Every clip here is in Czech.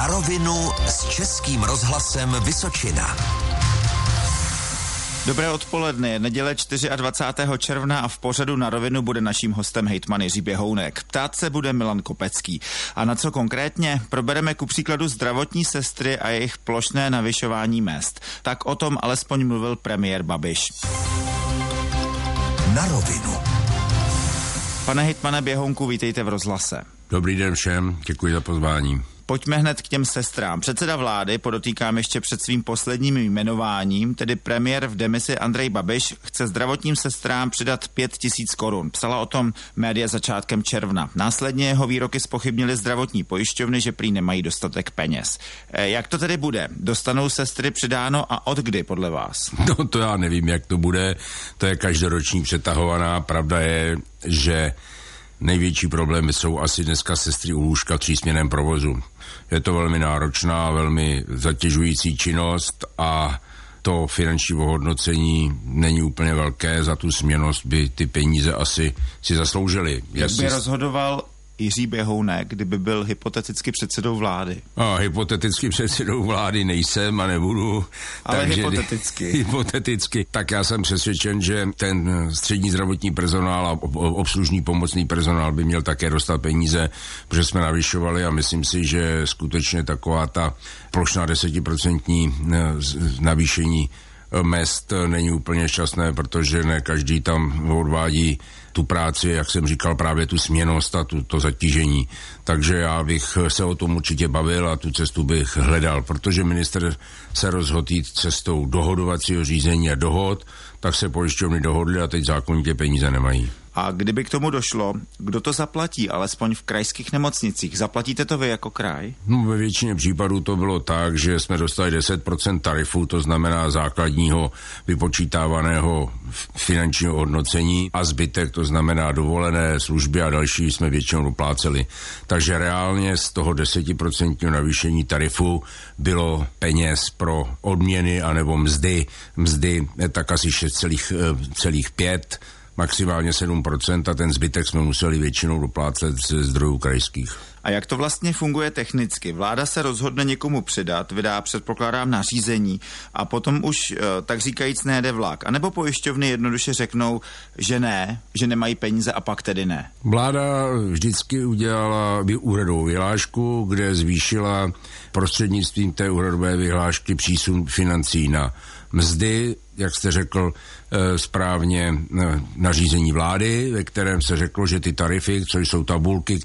rovinu s Českým rozhlasem Vysočina. Dobré odpoledne, je neděle 24. června a v pořadu Na rovinu bude naším hostem hejtman Jiří Běhounek. Ptát se bude Milan Kopecký. A na co konkrétně? Probereme ku příkladu zdravotní sestry a jejich plošné navyšování mezd. Tak o tom alespoň mluvil premiér Babiš. Na rovinu. Pane hejtmane Běhounku, vítejte v rozhlase. Dobrý den všem, děkuji za pozvání. Pojďme hned k těm sestrám. Předseda vlády, podotýkám ještě před svým posledním jmenováním, tedy premiér v demisi Andrej Babiš, chce zdravotním sestrám přidat 5 000 korun. Psala o tom média začátkem června. Následně jeho výroky zpochybnily zdravotní pojišťovny, že prý nemají dostatek peněz. Jak to tedy bude? Dostanou sestry přidáno a od kdy podle vás? No to já nevím, jak to bude. To je každoroční přetahovaná. Pravda je, že největší problémy jsou asi dneska sestry u lůžka v třísměnném provozu. Je to velmi náročná, velmi zatěžující činnost a to finanční ohodnocení není úplně velké. Za tu směnnost by ty peníze asi si zasloužili. Jak by rozhodoval Jiří Běhounek, kdyby byl hypoteticky předsedou vlády? Hypoteticky předsedou vlády nejsem a nebudu. Ale hypoteticky. Hypoteticky. Tak já jsem přesvědčen, že ten střední zdravotní personál a obslužný pomocný personál by měl také dostat peníze, protože jsme navyšovali a myslím si, že skutečně taková ta plošná 10% navýšení mezd není úplně šťastné, protože ne každý tam odvádí tu práci, jak jsem říkal, právě tu směnnost a to zatížení. Takže já bych se o tom určitě bavil a tu cestu bych hledal, protože minister se rozhodl jít cestou dohodovacího řízení a dohod, tak se pojišťovny dohodly a teď zákonitě peníze nemají. A kdyby k tomu došlo, kdo to zaplatí, alespoň v krajských nemocnicích? Zaplatíte to vy jako kraj? No, ve většině případů to bylo tak, že jsme dostali 10% tarifu, to znamená základního vypočítávaného finančního hodnocení a zbytek, to znamená dovolené služby a další, jsme většinou dopláceli. Takže reálně z toho 10% navýšení tarifu bylo peněz pro odměny anebo mzdy tak asi 6,5%, maximálně 7% a ten zbytek jsme museli většinou doplácet ze zdrojů krajských. A jak to vlastně funguje technicky? Vláda se rozhodne někomu přidat, vydá, předpokládám, nařízení a potom už tak říkajíc nejede vlak. A nebo pojišťovny jednoduše řeknou, že ne, že nemají peníze a pak tedy ne? Vláda vždycky udělala úhradovou vyhlášku, kde zvýšila prostřednictvím té úhradové vyhlášky přísun financí na mzdy, jak jste řekl správně, nařízení vlády, ve kterém se řeklo, že ty tarify, což jsou tabulky,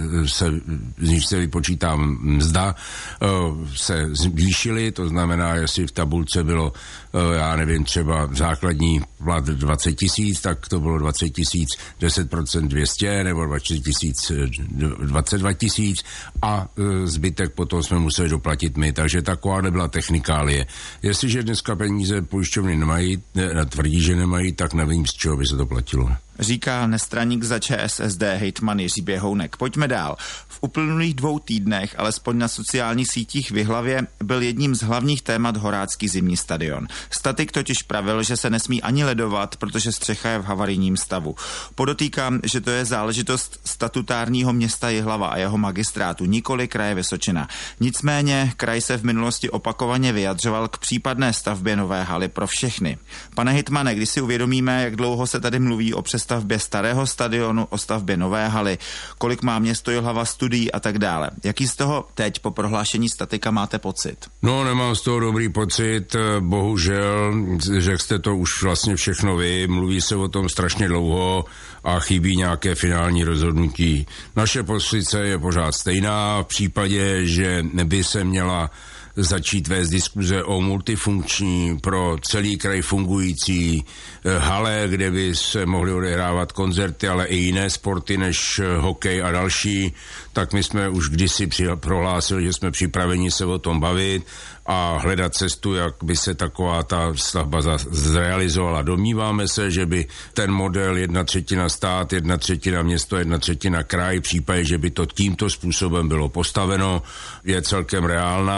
z nich se vypočítá mzda, se zvýšily, to znamená, jestli v tabulce bylo, já nevím, třeba základní plat 20 000, tak to bylo 20 000, 10% 200, nebo 20 000, 22 000 a zbytek potom jsme museli doplatit my, takže taková nebyla technikálie. Jestliže dneska peníze pojišťovny nemají, tvrdí, že nemají, tak nevím, z čeho by se to platilo. Říká nestraník za ČSSD hejtman Jiří Běhounek. Pojďme dál. V uplynulých 2 týdnech, alespoň na sociálních sítích v Jihlavě, byl jedním z hlavních témat Horácký zimní stadion. Statik totiž pravil, že se nesmí ani ledovat, protože střecha je v havarijním stavu. Podotýkám, že to je záležitost statutárního města Jihlava a jeho magistrátu, nikoli kraje Vysočina. Nicméně kraj se v minulosti opakovaně vyjadřoval k případné stavbě nové haly pro všechny. Pane hejtmane, když si uvědomíme, jak dlouho se tady mluví o stavbě starého stadionu, o stavbě nové haly, kolik má město Jihlava studií a tak dále. Jaký z toho teď po prohlášení statika máte pocit? No, nemám z toho dobrý pocit, bohužel, že jste to už vlastně všechno vy, mluví se o tom strašně dlouho a chybí nějaké finální rozhodnutí. Naše pozice je pořád stejná, v případě, že by se měla začít vést diskuze o multifunkční pro celý kraj fungující hale, kde by se mohly odehrávat koncerty, ale i jiné sporty než hokej a další, tak my jsme už kdysi prohlásili, že jsme připraveni se o tom bavit a hledat cestu, jak by se taková ta stavba zrealizovala. Domníváme se, že by ten model 1/3 stát, 1/3 město, 1/3 kraj, v případě, že by to tímto způsobem bylo postaveno, je celkem reálná, protože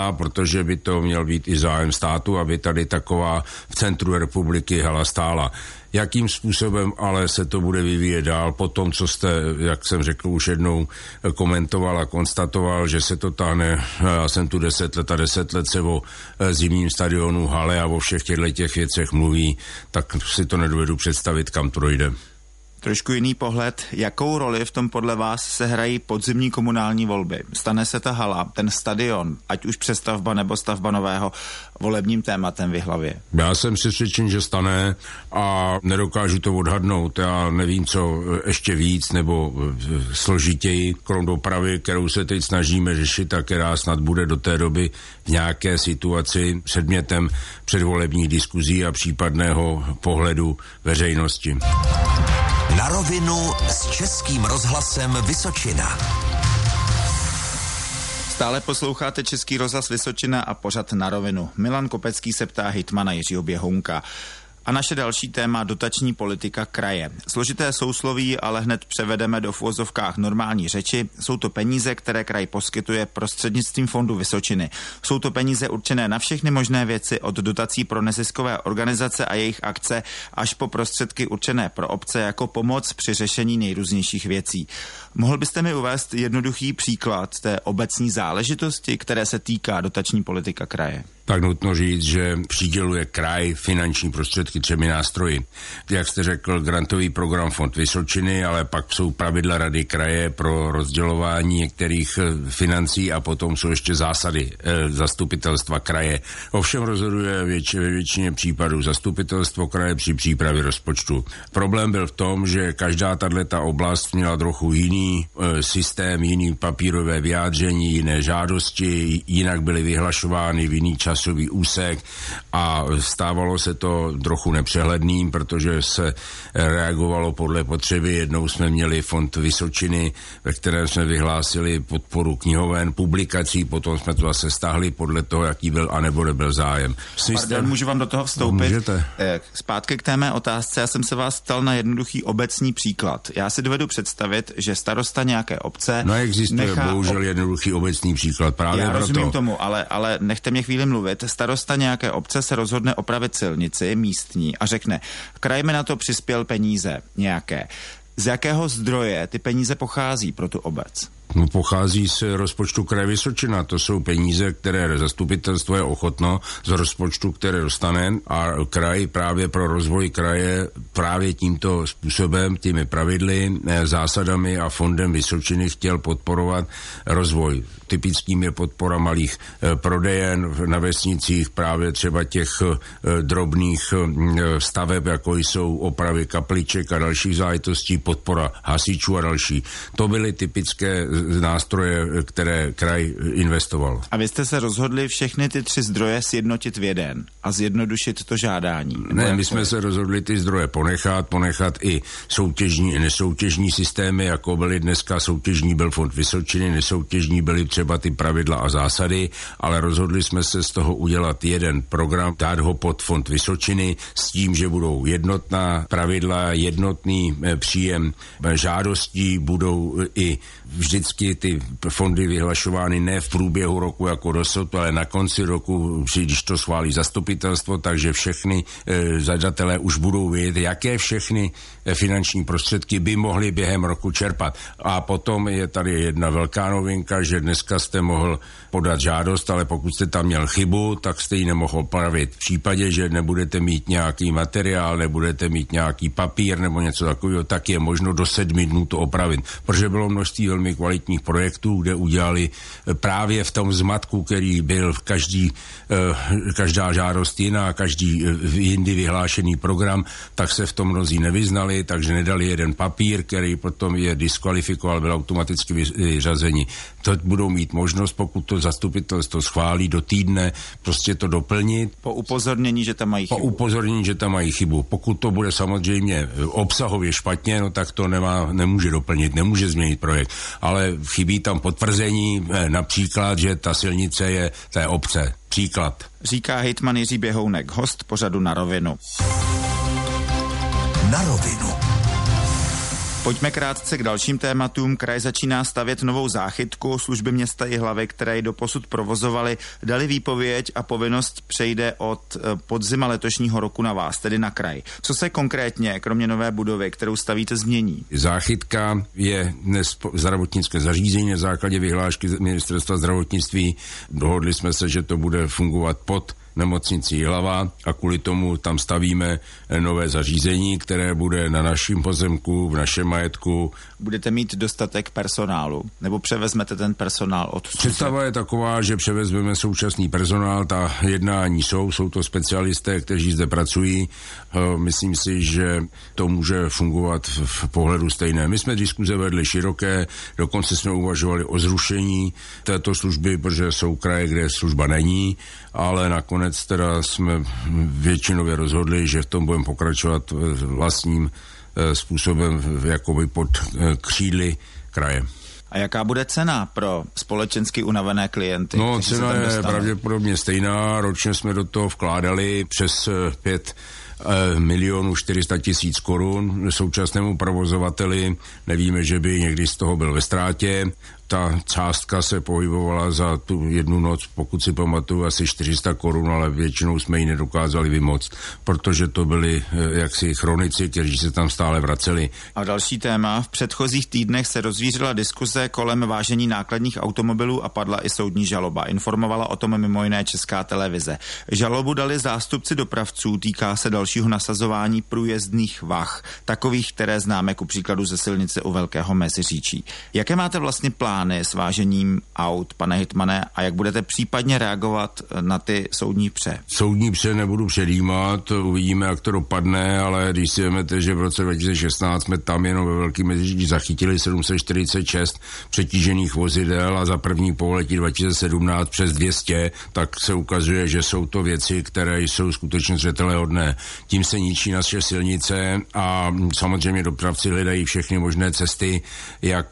protože by to měl být i zájem státu, aby tady taková v centru republiky hala stála. Jakým způsobem ale se to bude vyvíjet dál po tom, co jste, jak jsem řekl, už jednou komentoval a konstatoval, že se to táhne, já jsem tu 10 let a 10 let se o zimním stadionu, hale a o všech těch věcech mluví, tak si to nedovedu představit, kam to dojde. Trošku jiný pohled, jakou roli v tom podle vás se hrají podzimní komunální volby? Stane se ta hala, ten stadion, ať už přestavba nebo stavba nového, volebním tématem v Jihlavě? Já jsem přesvědčen, že stane a nedokážu to odhadnout. Já nevím, co ještě víc nebo složitěji, krom dopravy, kterou se teď snažíme řešit a která snad bude do té doby v nějaké situaci předmětem předvolebních diskuzí a případného pohledu veřejnosti. Na rovinu s Českým rozhlasem Vysočina. Stále posloucháte Český rozhlas Vysočina a pořad Na rovinu. Milan Kopecký se ptá hejtmana Jiřího Běhounka. A naše další téma dotační politika kraje. Složité sousloví, ale hned převedeme do v uvozovkách normální řeči. Jsou to peníze, které kraj poskytuje prostřednictvím fondu Vysočiny. Jsou to peníze určené na všechny možné věci, od dotací pro neziskové organizace a jejich akce až po prostředky určené pro obce jako pomoc při řešení nejrůznějších věcí. Mohl byste mi uvést jednoduchý příklad té obecní záležitosti, které se týká dotační politika kraje? Tak nutno říct, že přiděluje kraj finanční prostředky 3 nástroji. Jak jste řekl, grantový program Fond Vysočiny, ale pak jsou pravidla Rady kraje pro rozdělování některých financí a potom jsou ještě zásady zastupitelstva kraje. Ovšem rozhoduje ve většině případů zastupitelstvo kraje při přípravě rozpočtu. Problém byl v tom, že každá tato oblast měla trochu jiný systém, jiný papírové vyjádření, jiné žádosti, jinak byly vyhlašovány v jiný časový úsek a stávalo se to trochu nepřehledným, protože se reagovalo podle potřeby. Jednou jsme měli Fond Vysočiny, ve kterém jsme vyhlásili podporu knihoven, publikací, potom jsme to zase stáhli podle toho, jaký byl a nebo nebyl zájem. Pardon, můžu vám do toho vstoupit? Můžete. Zpátky k té mé otázce. Já jsem se vás ptal na jednoduchý obecní příklad. Já si dovedu představit, že starosta nějaké obce... No existuje bohužel jednoduchý obecný příklad. Právě já proto. Rozumím tomu, ale nechte mě chvíli mluvit. Starosta nějaké obce se rozhodne opravit silnici místní a řekne, kraj mi na to přispěl peníze nějaké. Z jakého zdroje ty peníze pochází pro tu obec? No, pochází z rozpočtu kraje Vysočina. To jsou peníze, které zastupitelstvo je ochotno z rozpočtu, které dostane a kraj právě pro rozvoj kraje právě tímto způsobem, těmi pravidly, zásadami a fondem Vysočiny chtěl podporovat rozvoj. Typickým je podpora malých prodejen na vesnicích, právě třeba těch drobných staveb, jako jsou opravy kapliček a dalších záležitostí, podpora hasičů a další. To byly typické nástroje, které kraj investoval. A vy jste se rozhodli všechny ty 3 zdroje sjednotit v jeden a zjednodušit to žádání? Ne, my jsme se rozhodli ty zdroje ponechat i soutěžní i nesoutěžní systémy, jako byly dneska soutěžní byl Fond Vysočiny, nesoutěžní byly třeba ty pravidla a zásady, ale rozhodli jsme se z toho udělat jeden program, dát ho pod Fond Vysočiny s tím, že budou jednotná pravidla, jednotný příjem žádostí, budou i vždycky ty fondy vyhlašovány ne v průběhu roku jako dosud, ale na konci roku, když to schválí zastupitelstvo, takže všechny zadatelé už budou vědět, jaké všechny finanční prostředky by mohli během roku čerpat. A potom je tady jedna velká novinka, že dneska jste mohl podat žádost, ale pokud jste tam měl chybu, tak jste ji nemohl opravit. V případě, že nebudete mít nějaký materiál, nebudete mít nějaký papír nebo něco takového, tak je možno do 7 dnů to opravit. Protože bylo množství velmi kvalitních projektů, kde udělali právě v tom zmatku, který byl v každá žádost jiná, každý jindy vyhlášený program, tak se v tom mnozí nevyznali, takže nedali jeden papír, který potom je diskvalifikoval, byl automaticky vyřazení. To budou mít možnost, pokud to zastupitelstvo schválí do týdne, prostě to doplnit. Po upozornění, že tam mají chybu. Po upozornění, že tam mají chybu. Pokud to bude samozřejmě obsahově špatně, no tak to nemůže doplnit, nemůže změnit projekt. Ale chybí tam potvrzení, například, že ta silnice je té obce. Příklad. Říká hejtman Jiří Běhounek, host pořadu Na rovinu. Na rovinu. Pojďme krátce k dalším tématům. Kraj začíná stavět novou záchytku. Služby města Jihlavy, které ji doposud provozovaly, dali výpověď a povinnost přejde od podzima letošního roku na vás, tedy na kraj. Co se konkrétně, kromě nové budovy, kterou stavíte, změní? Záchytka je dnes zdravotnické zařízení na základě vyhlášky Ministerstva zdravotnictví. Dohodli jsme se, že to bude fungovat pod nemocnici Jihlava a kvůli tomu tam stavíme nové zařízení, které bude na naším pozemku, v našem majetku. Budete mít dostatek personálu, nebo převezmete ten personál od služeb? Představa je taková, že převezmeme současný personál, ta jednání jsou to specialisté, kteří zde pracují. Myslím si, že to může fungovat v pohledu stejné. My jsme diskuze vedli široké, dokonce jsme uvažovali o zrušení této služby, protože jsou kraje, kde služba není, ale nakonec teda jsme většinově rozhodli, že v tom budeme pokračovat vlastním způsobem jakoby pod křídly kraje. A jaká bude cena pro společensky unavené klienty? No, cena je pravděpodobně stejná. Ročně jsme do toho vkládali přes 5 400 000 korun současnému provozovateli. Nevíme, že by někdy z toho byl ve ztrátě. Ta částka se pohybovala za tu jednu noc, pokud si pamatuju, asi 400 korun, ale většinou jsme ji nedokázali vymoct, protože to byli jaksi chronici, kteří se tam stále vraceli. A další téma. V předchozích týdnech se rozvířila diskuze kolem vážení nákladních automobilů a padla i soudní žaloba. Informovala o tom mimo jiné Česká televize. Žalobu dali zástupci dopravců, týká se dalšího nasazování průjezdných vah, takových, které známe ku příkladu ze silnice u Velkého Meziříčí. Jaké máte vlastně plány s vážením aut, pane hejtmane, a jak budete případně reagovat na ty soudní pře? Soudní pře nebudu předjímat, uvidíme, jak to dopadne, ale když si vezmete, že v roce 2016 jsme tam jenom ve Velkém Meziříčí zachytili 746 přetížených vozidel a za první pololetí 2017 přes 200, tak se ukazuje, že jsou to věci, které jsou skutečně zřetelehodné. Tím se ničí naše silnice a samozřejmě dopravci hledají všechny možné cesty, jak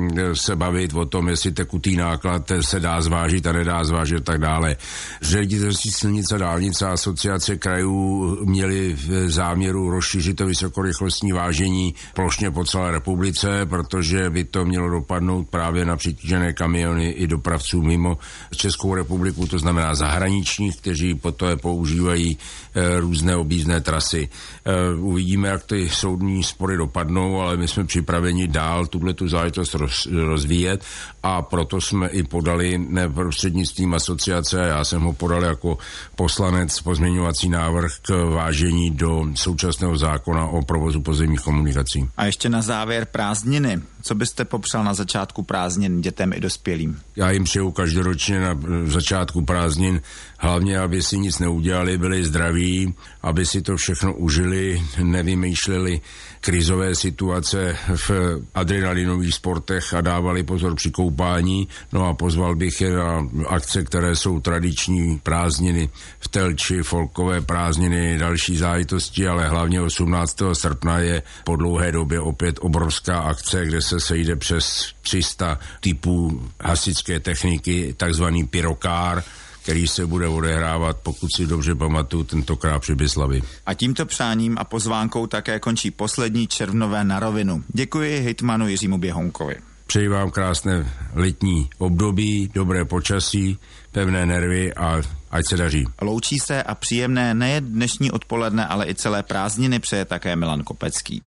se bavit o tom, jestli tekutý náklad se dá zvážit a nedá zvážit a tak dále. Ředitelství silnice a dálnice a asociace krajů měli v záměru rozšířit to vysokorychlostní vážení plošně po celé republice, protože by to mělo dopadnout právě na přetížené kamiony i dopravců mimo Českou republiku, to znamená zahraničních, kteří poté používají různé objízdné trasy. Uvidíme, jak ty soudní spory dopadnou, ale my jsme připraveni dál tuhletu záležitost rozvíjet a proto jsme i podali prostřednictvím asociace, já jsem ho podal jako poslanec pozměňovací návrh k vážení do současného zákona o provozu pozemních komunikací. A ještě na závěr prázdniny. Co byste popřál na začátku prázdnin dětem i dospělým? Já jim přeju každoročně na začátku prázdnin hlavně, aby si nic neudělali, byli zdraví, aby si to všechno užili, nevymýšleli krizové situace v adrenalinových sportech a dávali pozor při koupání. No a pozval bych je na akce, které jsou tradiční prázdniny v Telči, folkové prázdniny, další záležitosti, ale hlavně 18. srpna je po dlouhé době opět obrovská akce, kde se sejde přes 300 typů hasičské techniky, takzvaný pyrokár, který se bude odehrávat, pokud si dobře pamatuju, tentokrát při Byslavy. A tímto přáním a pozvánkou také končí poslední červnové Na rovinu. Děkuji hejtmanu Jiřímu Běhounkovi. Přeji vám krásné letní období, dobré počasí, pevné nervy a ať se daří. Loučí se a příjemné nejen dnešní odpoledne, ale i celé prázdniny přeje také Milan Kopecký.